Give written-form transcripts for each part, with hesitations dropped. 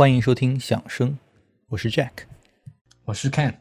欢迎收听响声，我是 Jack， 我是 Ken。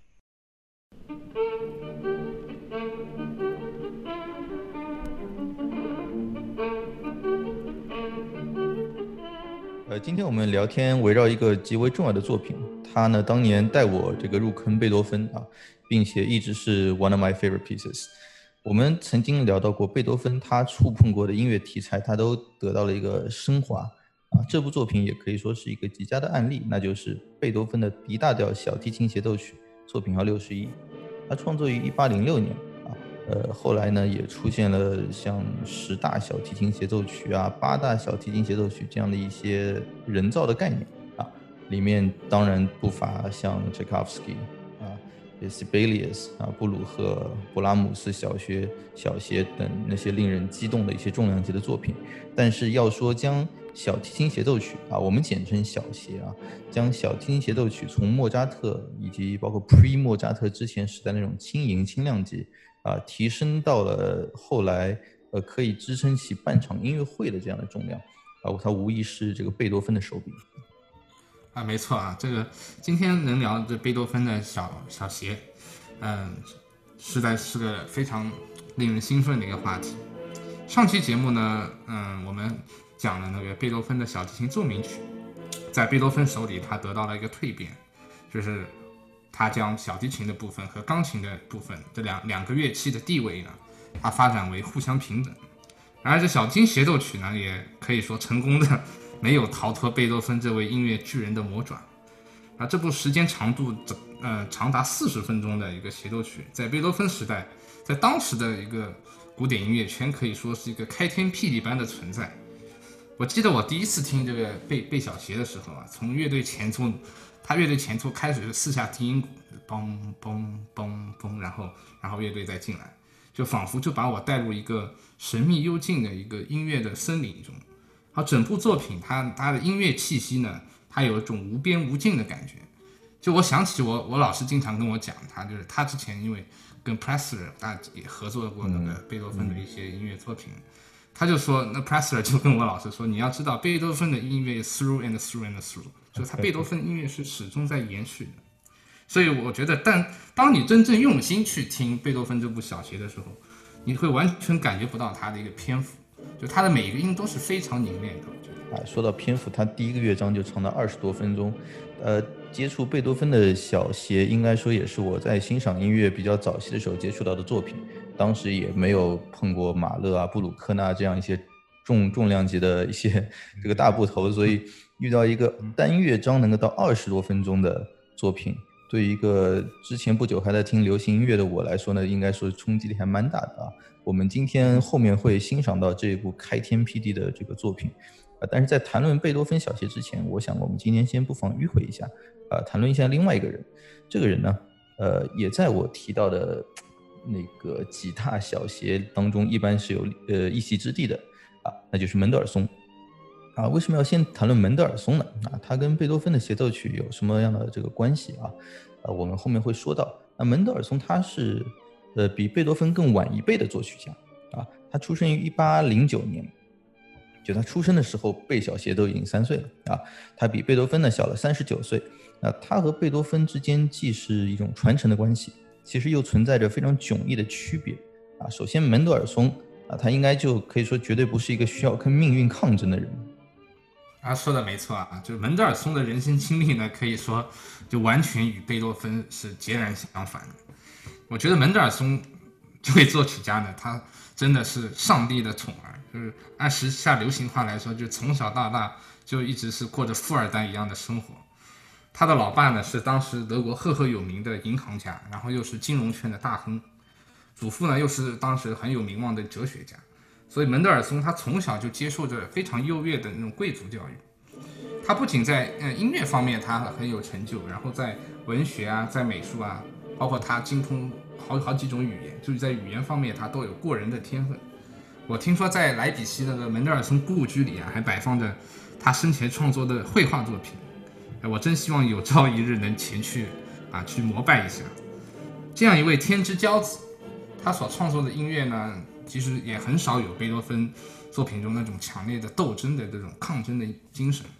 今天我们聊天围绕一个极为重要的作品，他呢当年带我入坑贝多芬啊，并且一直是 one of my favorite pieces。我们曾经聊到过贝多芬他触碰过的音乐题材，他都得到了一个升华啊。这部作品也可以说是一个极佳的案例，那就是贝多芬的 B 大调小提琴协奏曲，作品号61，他创作于1806年。后来呢，也出现了像10大小提琴协奏曲啊、8大小提琴协奏曲这样的一些人造的概念啊，里面当然不乏像 Tchaikovsky 啊、Sibelius 啊、布鲁赫、勃拉姆斯小协等那些令人激动的一些重量级的作品。但是要说将小提琴协奏曲啊，我们简称小协啊，将小提琴协奏曲从莫扎特以及包括 pre 莫扎特之前时代那种轻盈轻量级啊，提升到了后来可以支撑起半场音乐会的这样的重量啊，它无疑是这个贝多芬的手笔啊，没错啊，这个今天能聊这贝多芬的小协，实在是个非常令人兴奋的一个话题。上期节目呢，我们讲了那个贝多芬的小提琴奏鸣曲，在贝多芬手里，他得到了一个蜕变，就是他将小提琴的部分和钢琴的部分这两个乐器的地位呢，他发展为互相平等。然而这小提琴协奏曲呢，也可以说成功的没有逃脱贝多芬这位音乐巨人的魔爪。这部时间长度长达40分钟的一个协奏曲，在贝多芬时代，在当时的一个古典音乐圈可以说是一个开天辟地般的存在。我记得我第一次听这个贝小协的时候啊，从乐队前奏，他乐队前奏开始四下低音鼓，嘣嘣嘣嘣，然后乐队再进来，就仿佛就把我带入一个神秘幽静的一个音乐的森林中。好，整部作品它的音乐气息呢，它有一种无边无尽的感觉。就我想起我老师经常跟我讲，他之前因为跟 Pressler 也合作过那个贝多芬的一些音乐作品。他就说，那 Pressler 就跟我老师说，你要知道贝多芬的音乐 through and through and through， 就是他贝多芬的音乐是始终在延续的。所以我觉得，当你真正用心去听贝多芬这部小协的时候，你会完全感觉不到他的一个篇幅，就他的每一个音都是非常凝练的。我觉得， 说到篇幅，他第一个乐章就长达20多分钟。接触贝多芬的小协，应该说也是我在欣赏音乐比较早期的时候接触到的作品。当时也没有碰过马勒啊、布鲁克纳这样一些重量级的一些这个大部头，所以遇到一个单乐章能够到20多分钟的作品，对于一个之前不久还在听流行音乐的我来说呢，应该说冲击力还蛮大的啊。我们今天后面会欣赏到这一部开天辟地的这个作品。但是在谈论贝多芬小协之前，我想我们今天先不妨迂回一下，谈论一下另外一个人。这个人呢，也在我提到的那个几大小协当中，一般是有一席之地的啊，那就是门德尔松啊。为什么要先谈论门德尔松呢？他跟贝多芬的协奏曲有什么样的这个关系啊？我们后面会说到。那门德尔松他是比贝多芬更晚一辈的作曲家啊，他出生于1809年。就他出生的时候，贝小协都已经3岁了啊，他比贝多芬呢小了39岁。那他和贝多芬之间既是一种传承的关系，其实又存在着非常迥异的区别啊。首先，门德尔松啊，他应该就可以说绝对不是一个需要跟命运抗争的人。 说的没错啊，就是门德尔松的人生经历呢，可以说就完全与贝多芬是截然相反的。我觉得门德尔松这位作曲家呢，他真的是上帝的宠儿。就是按时下流行话来说，就从小到大就一直是过着富二代一样的生活。他的老爸呢是当时德国赫赫有名的银行家，然后又是金融圈的大亨，祖父呢又是当时很有名望的哲学家，所以门德尔松他从小就接受着非常优越的那种贵族教育。他不仅在音乐方面他很有成就，然后在文学啊，在美术啊，包括他精通好几种语言，就是在语言方面他都有过人的天分。我听说在莱比锡那个门德尔松故居里啊，还摆放着他生前创作的绘画作品。我真希望有朝一日能前去去膜拜一下。这样一位天之骄子，他所创作的音乐呢，其实也很少有贝多芬作品中那种强烈的斗争的这种抗争的精神。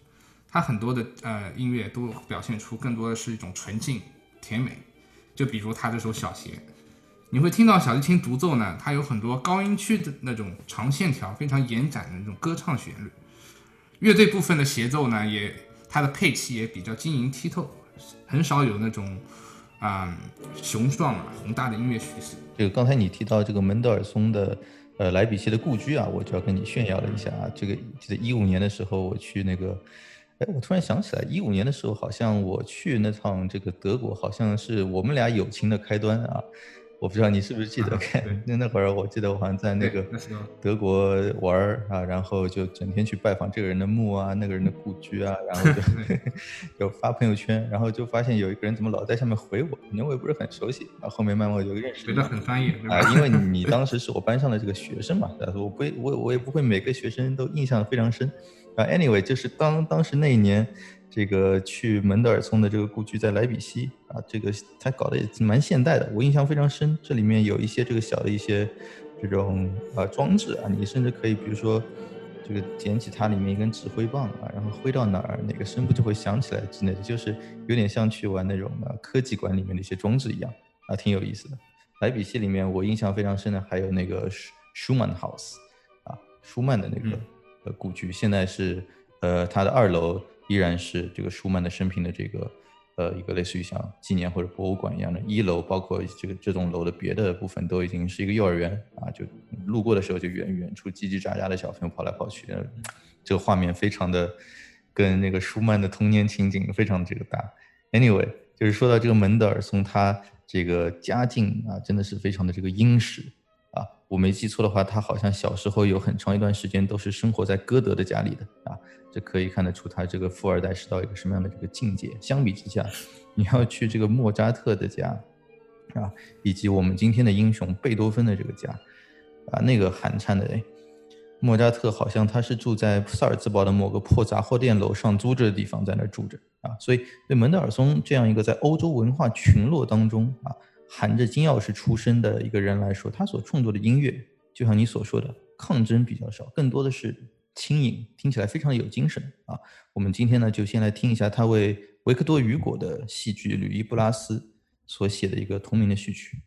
它很多的音乐都表现出更多的是一种纯净甜美。就比如他这首小鞋，你会听到小提琴独奏呢，它有很多高音区的那种长线条，非常延展的那种歌唱旋律。乐队部分的协奏呢，它的配器也比较晶莹剔透，很少有那种雄壮宏大的音乐叙事。 这个刚才你提到这个门德尔松的莱比锡的故居啊，我就要跟你炫耀了一下啊。这个记得15年的时候我去那个。我突然想起来，15年的时候，好像我去那趟这个德国，好像是我们俩友情的开端啊。我不知道你是不是记得？那会儿我记得我好像在那个德国玩啊，然后就整天去拜访这个人的墓啊，那个人的故居啊，然后就发朋友圈，然后就发现有一个人怎么老在下面回我，因为我也不是很熟悉，然后后面慢慢就认识你， 觉得很专业啊，因为你当时是我班上的这个学生嘛，我也不会每个学生都印象非常深。anyway， 就是当时那一年，这个去门德尔松的这个故居在莱比锡啊，这个他搞得也蛮现代的，我印象非常深。这里面有一些这个小的一些这种装置啊，你甚至可以比如说这个捡起它里面一根指挥棒啊，然后挥到哪儿哪个声部就会响起来之类的，就是有点像去玩那种科技馆里面的一些装置一样啊，挺有意思的。莱比锡里面我印象非常深的还有那个Schumann House 啊，舒曼的那个。故居现在是它的2楼依然是这个舒曼的生平的这个一个类似于像纪念或者博物馆一样的，1楼包括这栋楼的别的部分都已经是一个幼儿园啊，就路过的时候就远处叽叽喳喳的小朋友跑来跑去，这个画面非常的跟那个舒曼的童年情景非常这个大。Anyway， 就是说到这个门德尔松，他这个家境啊真的是非常的这个殷实。我没记错的话，他好像小时候有很长一段时间都是生活在歌德的家里的啊，这可以看得出他这个富二代是到一个什么样的这个境界。相比之下，你要去这个莫扎特的家啊，以及我们今天的英雄贝多芬的这个家啊，那个寒碜的莫扎特好像他是住在萨尔茨堡的某个破杂货店楼上租着的地方，在那儿住着啊，所以对门德尔松这样一个在欧洲文化群落当中啊。含着金钥匙出身的一个人来说，他所创作的音乐，就像你所说的，抗争比较少，更多的是轻盈，听起来非常有精神啊。我们今天呢，就先来听一下他为维克多·雨果的戏剧《吕伊布拉斯》所写的一个同名的序曲。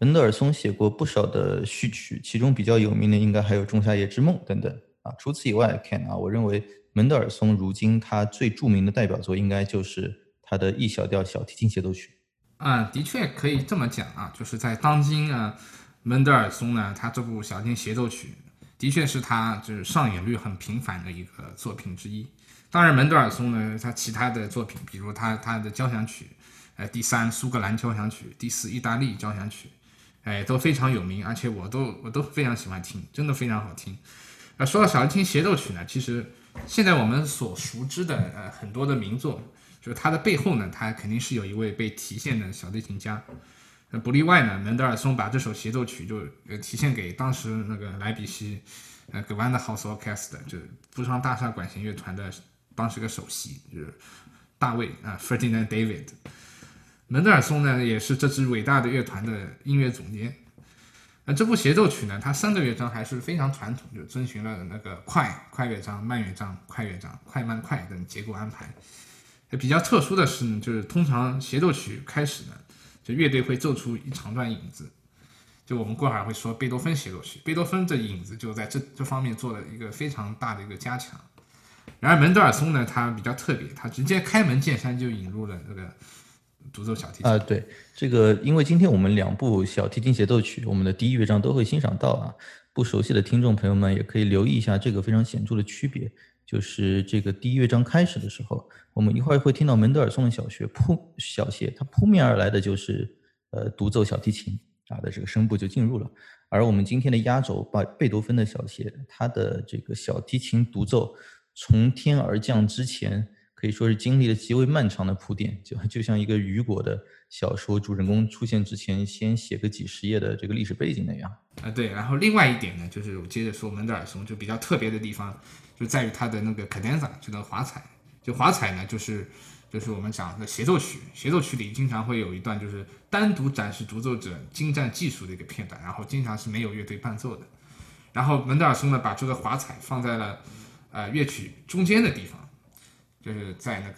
门德尔松写过不少的序曲，其中比较有名的应该还有《仲夏夜之梦》等等啊。除此以外 ，Ken 啊，我认为门德尔松如今他最著名的代表作应该就是他的 E 小调小提琴协奏曲。 的确可以这么讲啊，就是在当今门德尔松呢，他这部小提琴协奏曲的确是他就是上演率很频繁的一个作品之一。当然，门德尔松呢，他其他的作品，比如他的交响曲，第3苏格兰交响曲，第4意大利交响曲，都非常有名，而且我都非常喜欢听，真的非常好听。说到小提琴协奏曲呢，其实现在我们所熟知的很多的名作，就是它的背后呢，它肯定是有一位被提献的小提琴家。不例外呢，门德尔松把这首协奏曲就提献给当时那个莱比锡Gewandhaus Orchester， 就是布商大厦管弦乐团的当时个首席，就是大卫Ferdinand David。门德尔松呢，也是这支伟大的乐团的音乐总监。这部协奏曲呢，它3个乐章还是非常传统，就遵循了那个快乐章、慢乐章、快乐章、快慢快等结构安排。比较特殊的是呢，就是通常协奏曲开始呢，就乐队会奏出一长段影子。就我们过会儿会说贝多芬协奏曲，贝多芬这影子就在这方面做了一个非常大的一个加强。然而门德尔松呢，他比较特别，他直接开门见山就引入了那个独奏小提琴。 对，这个因为今天我们2部小提琴协奏曲，我们的第1乐章都会欣赏到啊。不熟悉的听众朋友们也可以留意一下这个非常显著的区别，就是这个第1乐章开始的时候，我们一会儿会听到门德尔松的小协，它扑面而来的就是独奏小提琴的这个声部就进入了。而我们今天的压轴贝多芬的小协，它的这个小提琴独奏从天而降之前，可以说是经历了极为漫长的铺垫，就像一个雨果的小说主人公出现之前先写个几十页的这个历史背景那样。 对，然后另外一点呢，就是我接着说门德尔松就比较特别的地方，就在于他的那个 cadenza， 就那个华彩。就华彩呢，就是我们讲的协奏曲里经常会有一段就是单独展示独奏者精湛技术的一个片段，然后经常是没有乐队伴奏的。然后门德尔松呢，把这个华彩放在了乐曲中间的地方，就是在那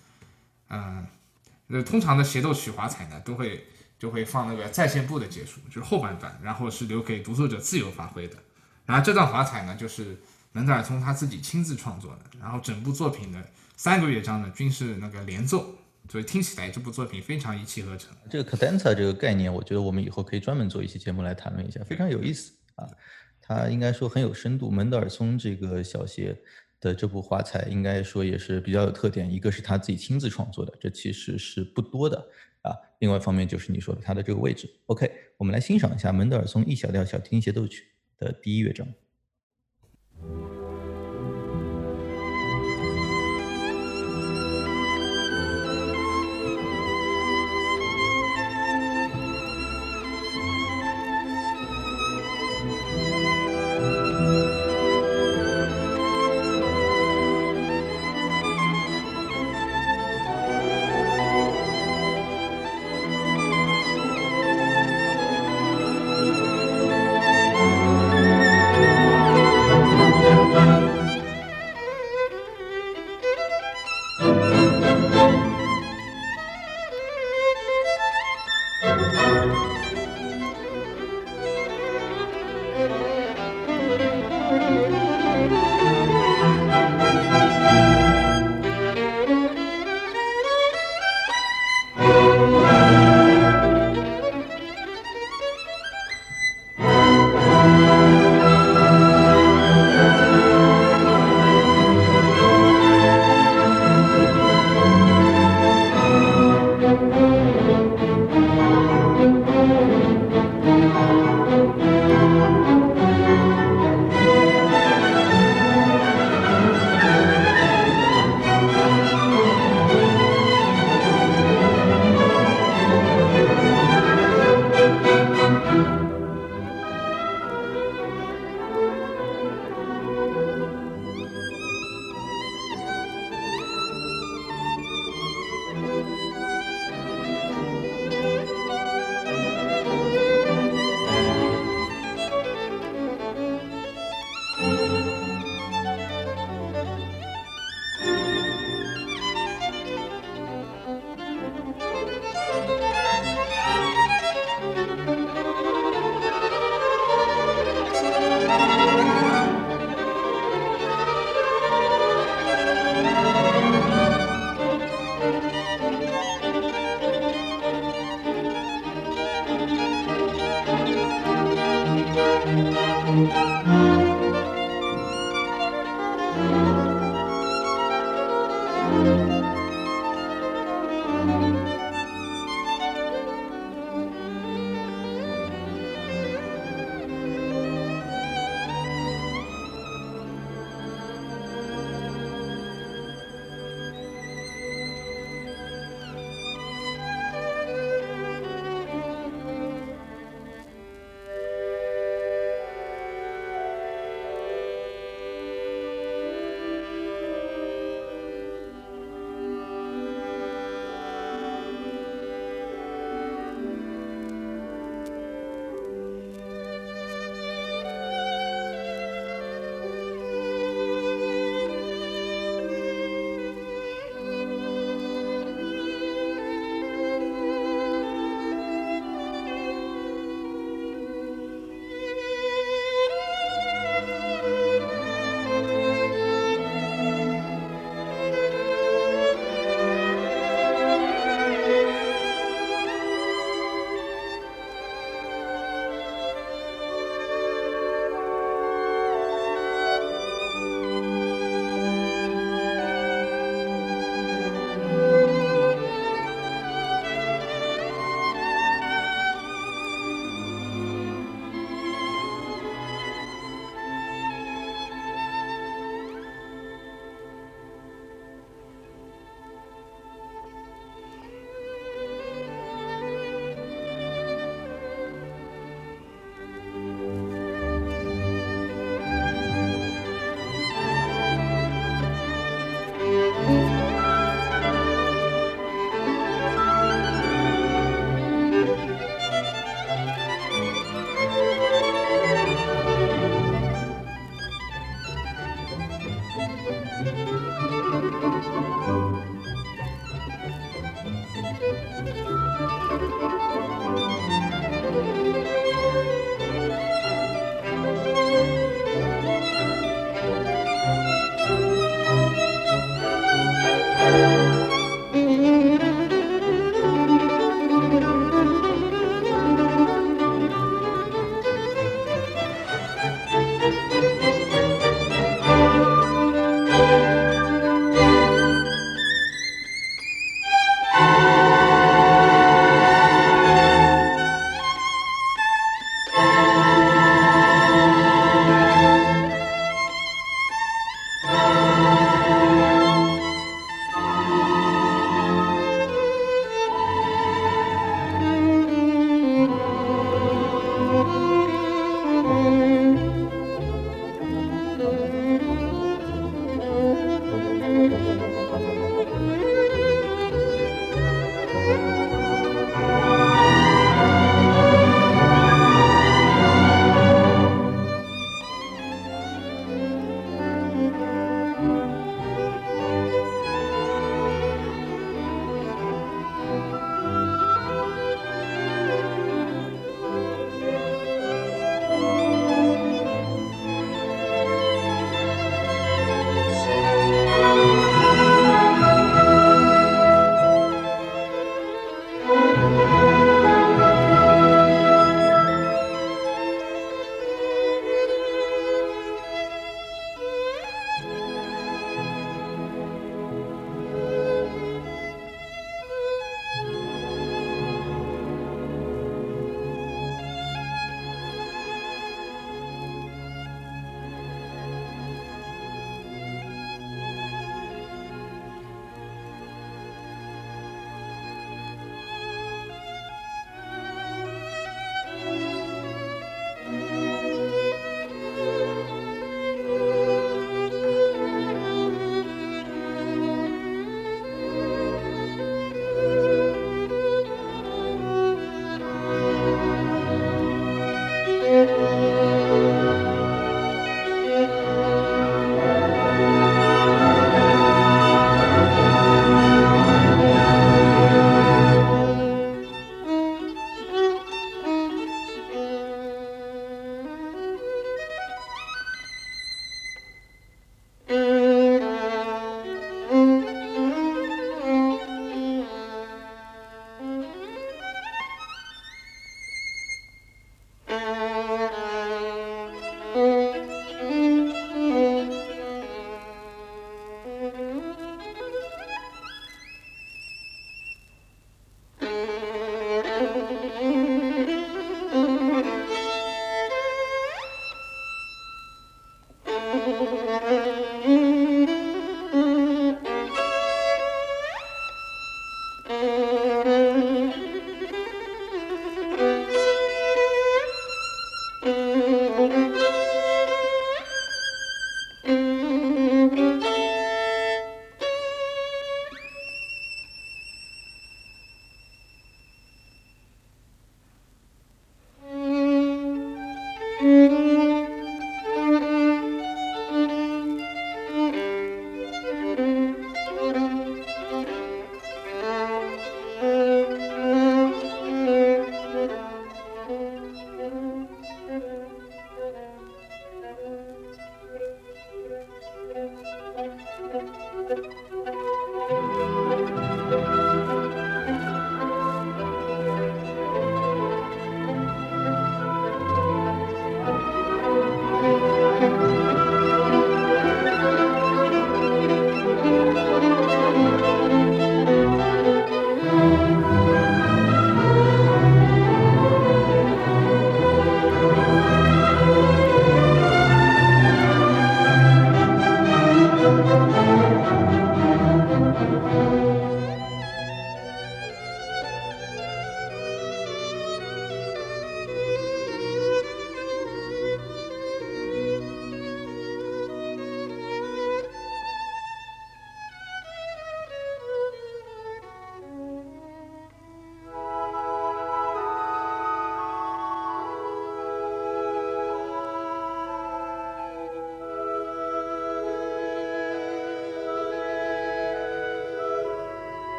个通常的协奏曲华彩呢就会放那个再现部的结束，就是后半段，然后是留给独奏者自由发挥的。然后这段华彩呢，就是门德尔松他自己亲自创作的，然后整部作品的3个乐章呢均是那个连奏，所以听起来这部作品非常一气呵成。 这个 cadenza 这个概念，我觉得我们以后可以专门做一期节目来谈论一下，非常有意思啊。它应该说很有深度。门德尔松这个小协的这部华彩，应该说也是比较有特点。一个是他自己亲自创作的，这其实是不多的啊。另外一方面就是你说的他的这个位置。OK， 我们来欣赏一下门德尔松 E 小调小提琴协奏曲的第1乐章。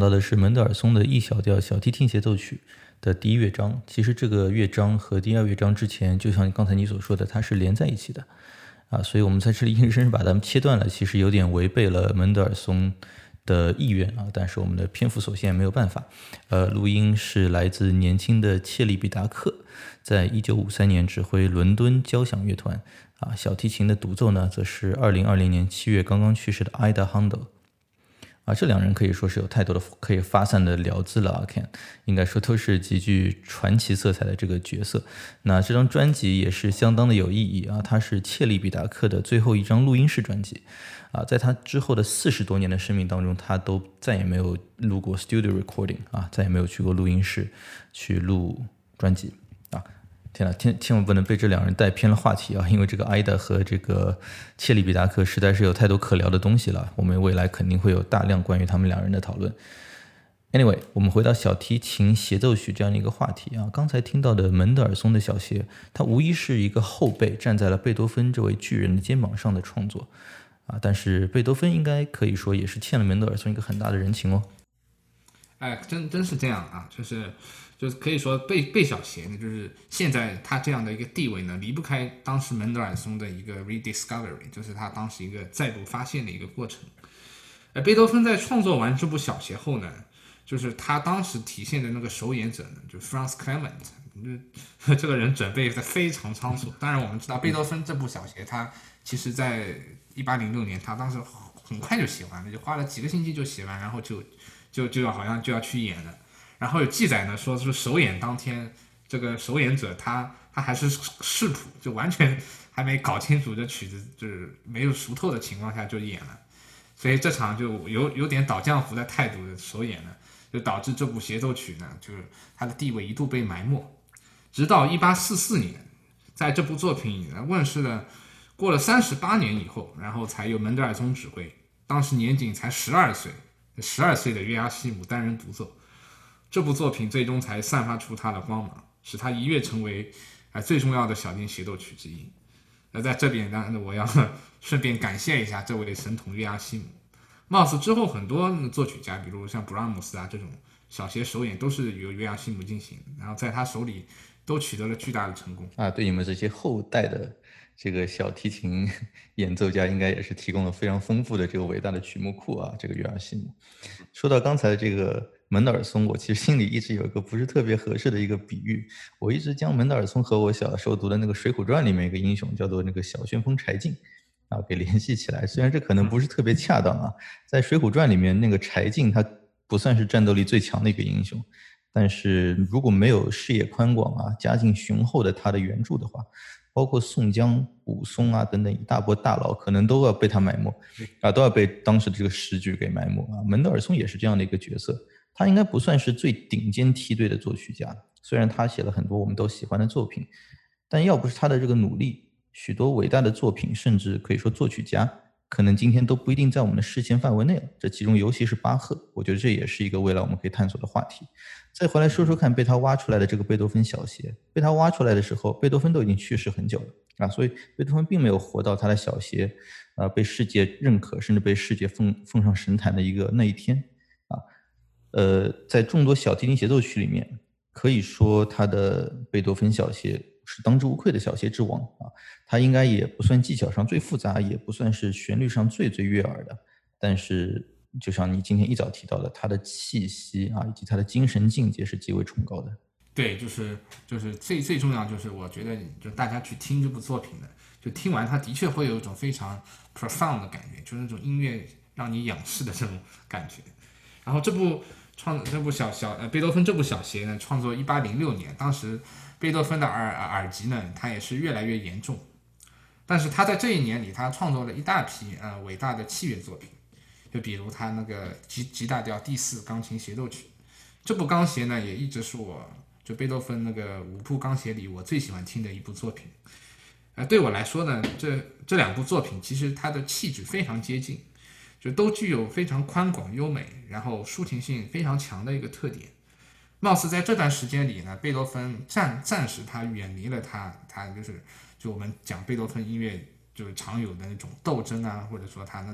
到的是门德尔松的 E 小调小提琴协奏曲的第一乐章。其实这个乐章和第二乐章之前，就像刚才你所说的，它是连在一起的啊，所以我们在这里硬生生把它们切断了，其实有点违背了门德尔松的意愿啊，但是我们的篇幅所限没有办法。录音是来自年轻的切利比达克，在1953年指挥伦敦交响乐团啊，小提琴的独奏呢，则是2020年7月刚刚去世的 Ida Handel。啊，这两人可以说是有太多的可以发散的聊资了啊 ，Ken 应该说都是极具传奇色彩的这个角色。那这张专辑也是相当的有意义啊，它是切利比达克的最后一张录音室专辑啊，在他之后的40多年的生命当中，他都再也没有录过 studio recording 啊，再也没有去过录音室去录专辑啊。天哪，千万不能被这两人带偏了话题啊！因为这个艾达和这个切利比达克实在是有太多可聊的东西了，我们未来肯定会有大量关于他们两人的讨论。Anyway， 我们回到小提琴协奏曲这样的一个话题啊，刚才听到的门德尔松的小协，它无疑是一个后辈站在了贝多芬这位巨人的肩膀上的创作啊，但是贝多芬应该可以说也是欠了门德尔松一个很大的人情哦。 哎，真是这样啊，就是可以说贝小协呢，就是现在他这样的一个地位呢，离不开当时门德尔松的一个 rediscovery， 就是他当时一个再度发现的一个过程。贝多芬在创作完这部小协后呢，就是他当时体现的那个首演者呢，就 Franz Clement，这个人准备的非常仓促。当然我们知道贝多芬这部小协，他其实在1806年，他当时很快就写完了，就花了几个星期就写完，然后就要好像就要去演了。然后有记载呢，说是首演当天，这个首演者他还是视谱，就完全还没搞清楚这曲子，就是没有熟透的情况下就演了。所以这场就有点倒浆糊的态度的首演呢，就导致这部协奏曲呢，就是它的地位一度被埋没。直到1844年，在这部作品问世了，过了38年以后，然后才由门德尔松指挥，当时年仅才12岁的约阿希姆担任独奏。这部作品最终才散发出它的光芒，使它一跃成为最重要的小提协奏曲之一。在这边呢，我要顺便感谢一下这位神童约阿希姆。貌似之后很多作曲家，比如像布拉姆斯啊这种小协首演都是由约阿希姆进行，然后在他手里都取得了巨大的成功啊。对你们这些后代的这个小提琴演奏家，应该也是提供了非常丰富的这个伟大的曲目库啊。这个约阿希姆，说到刚才这个门德尔松，我其实心里一直有一个不是特别合适的一个比喻，我一直将门德尔松和我小时候读的那个《水浒传》里面一个英雄叫做那个小旋风柴进啊给联系起来。虽然这可能不是特别恰当啊，在《水浒传》里面那个柴进他不算是战斗力最强的一个英雄，但是如果没有视野宽广啊、家境雄厚的他的援助的话，包括宋江、武松啊等等一大波大佬，可能都要被他埋没啊，都要被当时的这个时局给埋没啊。门德尔松也是这样的一个角色，他应该不算是最顶尖梯队的作曲家，虽然他写了很多我们都喜欢的作品，但要不是他的这个努力，许多伟大的作品，甚至可以说作曲家，可能今天都不一定在我们的视线范围内了。这其中尤其是巴赫，我觉得这也是一个未来我们可以探索的话题。再回来说说看被他挖出来的这个贝多芬小协，被他挖出来的时候，贝多芬都已经去世很久了啊，所以贝多芬并没有活到他的小协被世界认可，甚至被世界奉上神坛的那一天啊。在众多小提琴协奏曲里面，可以说他的贝多芬小协是当之无愧的小协之王啊。他应该也不算技巧上最复杂，也不算是旋律上最悦耳的，但是就像你今天一早提到的，他的气息啊，以及他的精神境界是极为崇高的。 对，就是最重要，就是我觉得就大家去听这部作品的，就听完它的确会有一种非常 profound 的感觉，就是那种音乐让你仰视的这种感觉。然后这部贝多芬这部小协呢，创作1806年，当时贝多芬的耳疾呢，他也是越来越严重，但是他在这一年里，他创作了一大批伟大的器乐作品，就比如他那个 G 大调第4钢琴协奏曲，这部钢协呢，也一直是我就贝多芬那个5部钢协里我最喜欢听的一部作品。对我来说呢，这两部作品其实它的气质非常接近，就都具有非常宽广优美，然后抒情性非常强的一个特点。貌似在这段时间里呢，贝多芬暂时他远离了他就我们讲贝多芬音乐就是常有的那种斗争啊，或者说他那种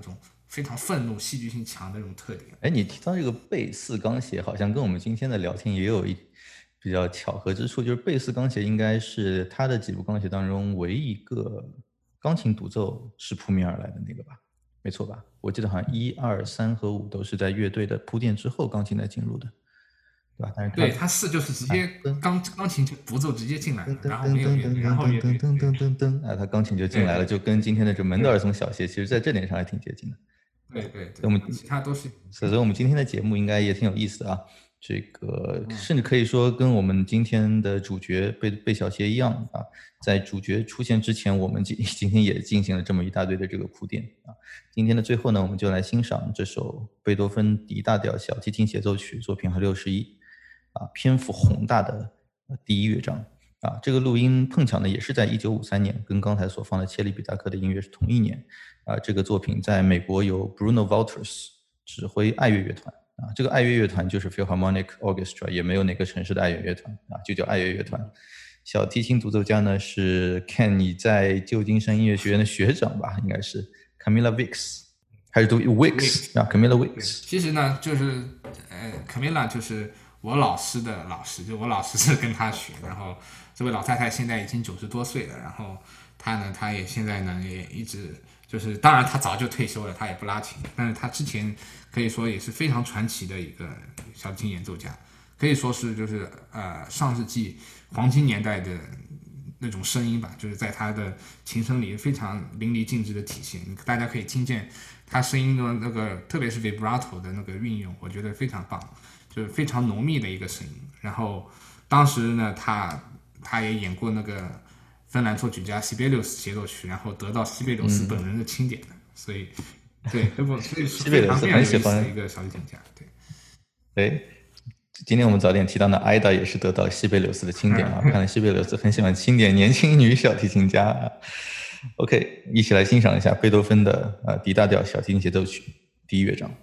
非常愤怒、戏剧性强的这种特点。 哎，你提到这个贝四钢协，好像跟我们今天的聊天也有一比较巧合之处，就是贝四钢协应该是他的几部钢协当中唯一一个钢琴独奏是扑面而来的那个吧？没错吧？我记得好像1、2、3和5都是在乐队的铺垫之后钢琴才进入的，对吧？但是对，他4就是直接钢琴就独奏直接进来了，然后没有乐队，然后乐队， 啊，他钢琴就进来了，就跟今天的这门德尔松小协，其实在这点上还挺接近的。 对， 我们其他都是。 所以我们今天的节目应该也挺有意思的啊。这个甚至可以说跟我们今天的主角贝小协一样啊，在主角出现之前，我们今天也进行了这么一大堆的这个铺垫啊。今天的最后呢，我们就来欣赏这首贝多芬 D 大调小提琴协奏曲作品号61啊，篇幅宏大的第1乐章啊。这个录音碰巧呢也是在1953年，跟刚才所放的切里比达克的音乐是同一年啊。这个作品在美国由 Bruno Walters 指挥爱乐乐团啊，这个爱乐乐团就是 Philharmonic Orchestra， 也没有哪个城市的爱乐乐团啊，就叫爱乐乐团。小提琴独奏家呢是 Ken 你在旧金山音乐学院的学长吧，应该是 Camilla Wicks， 还是读 Wicks 啊 Camilla Wicks。 其实呢就是Camilla 就是我老师的老师，就我老师是跟他学，然后这位老太太现在已经90多岁了，然后她也现在呢也一直就是当然她早就退休了，她也不拉琴，但是她之前可以说也是非常传奇的一个小提琴演奏家，可以说是就是上世纪黄金年代的那种声音吧，就是在他的琴声里非常淋漓尽致的体现，大家可以听见他声音的那个特别是 vibrato 的那个运用，我觉得非常棒，就是非常浓密的一个声音。然后当时呢他也演过那个芬兰作曲家西贝柳斯协奏曲，然后得到西贝柳斯本人的钦点的，所以对，所以是非常非常有意思的一个小提琴家。对， 今天我们早点提到的艾达也是得到西贝柳斯的钦点啊，看来西贝柳斯很喜欢钦点年轻女小提琴家啊。OK， 一起来欣赏一下贝多芬的D 大调小提琴协奏曲第1乐章。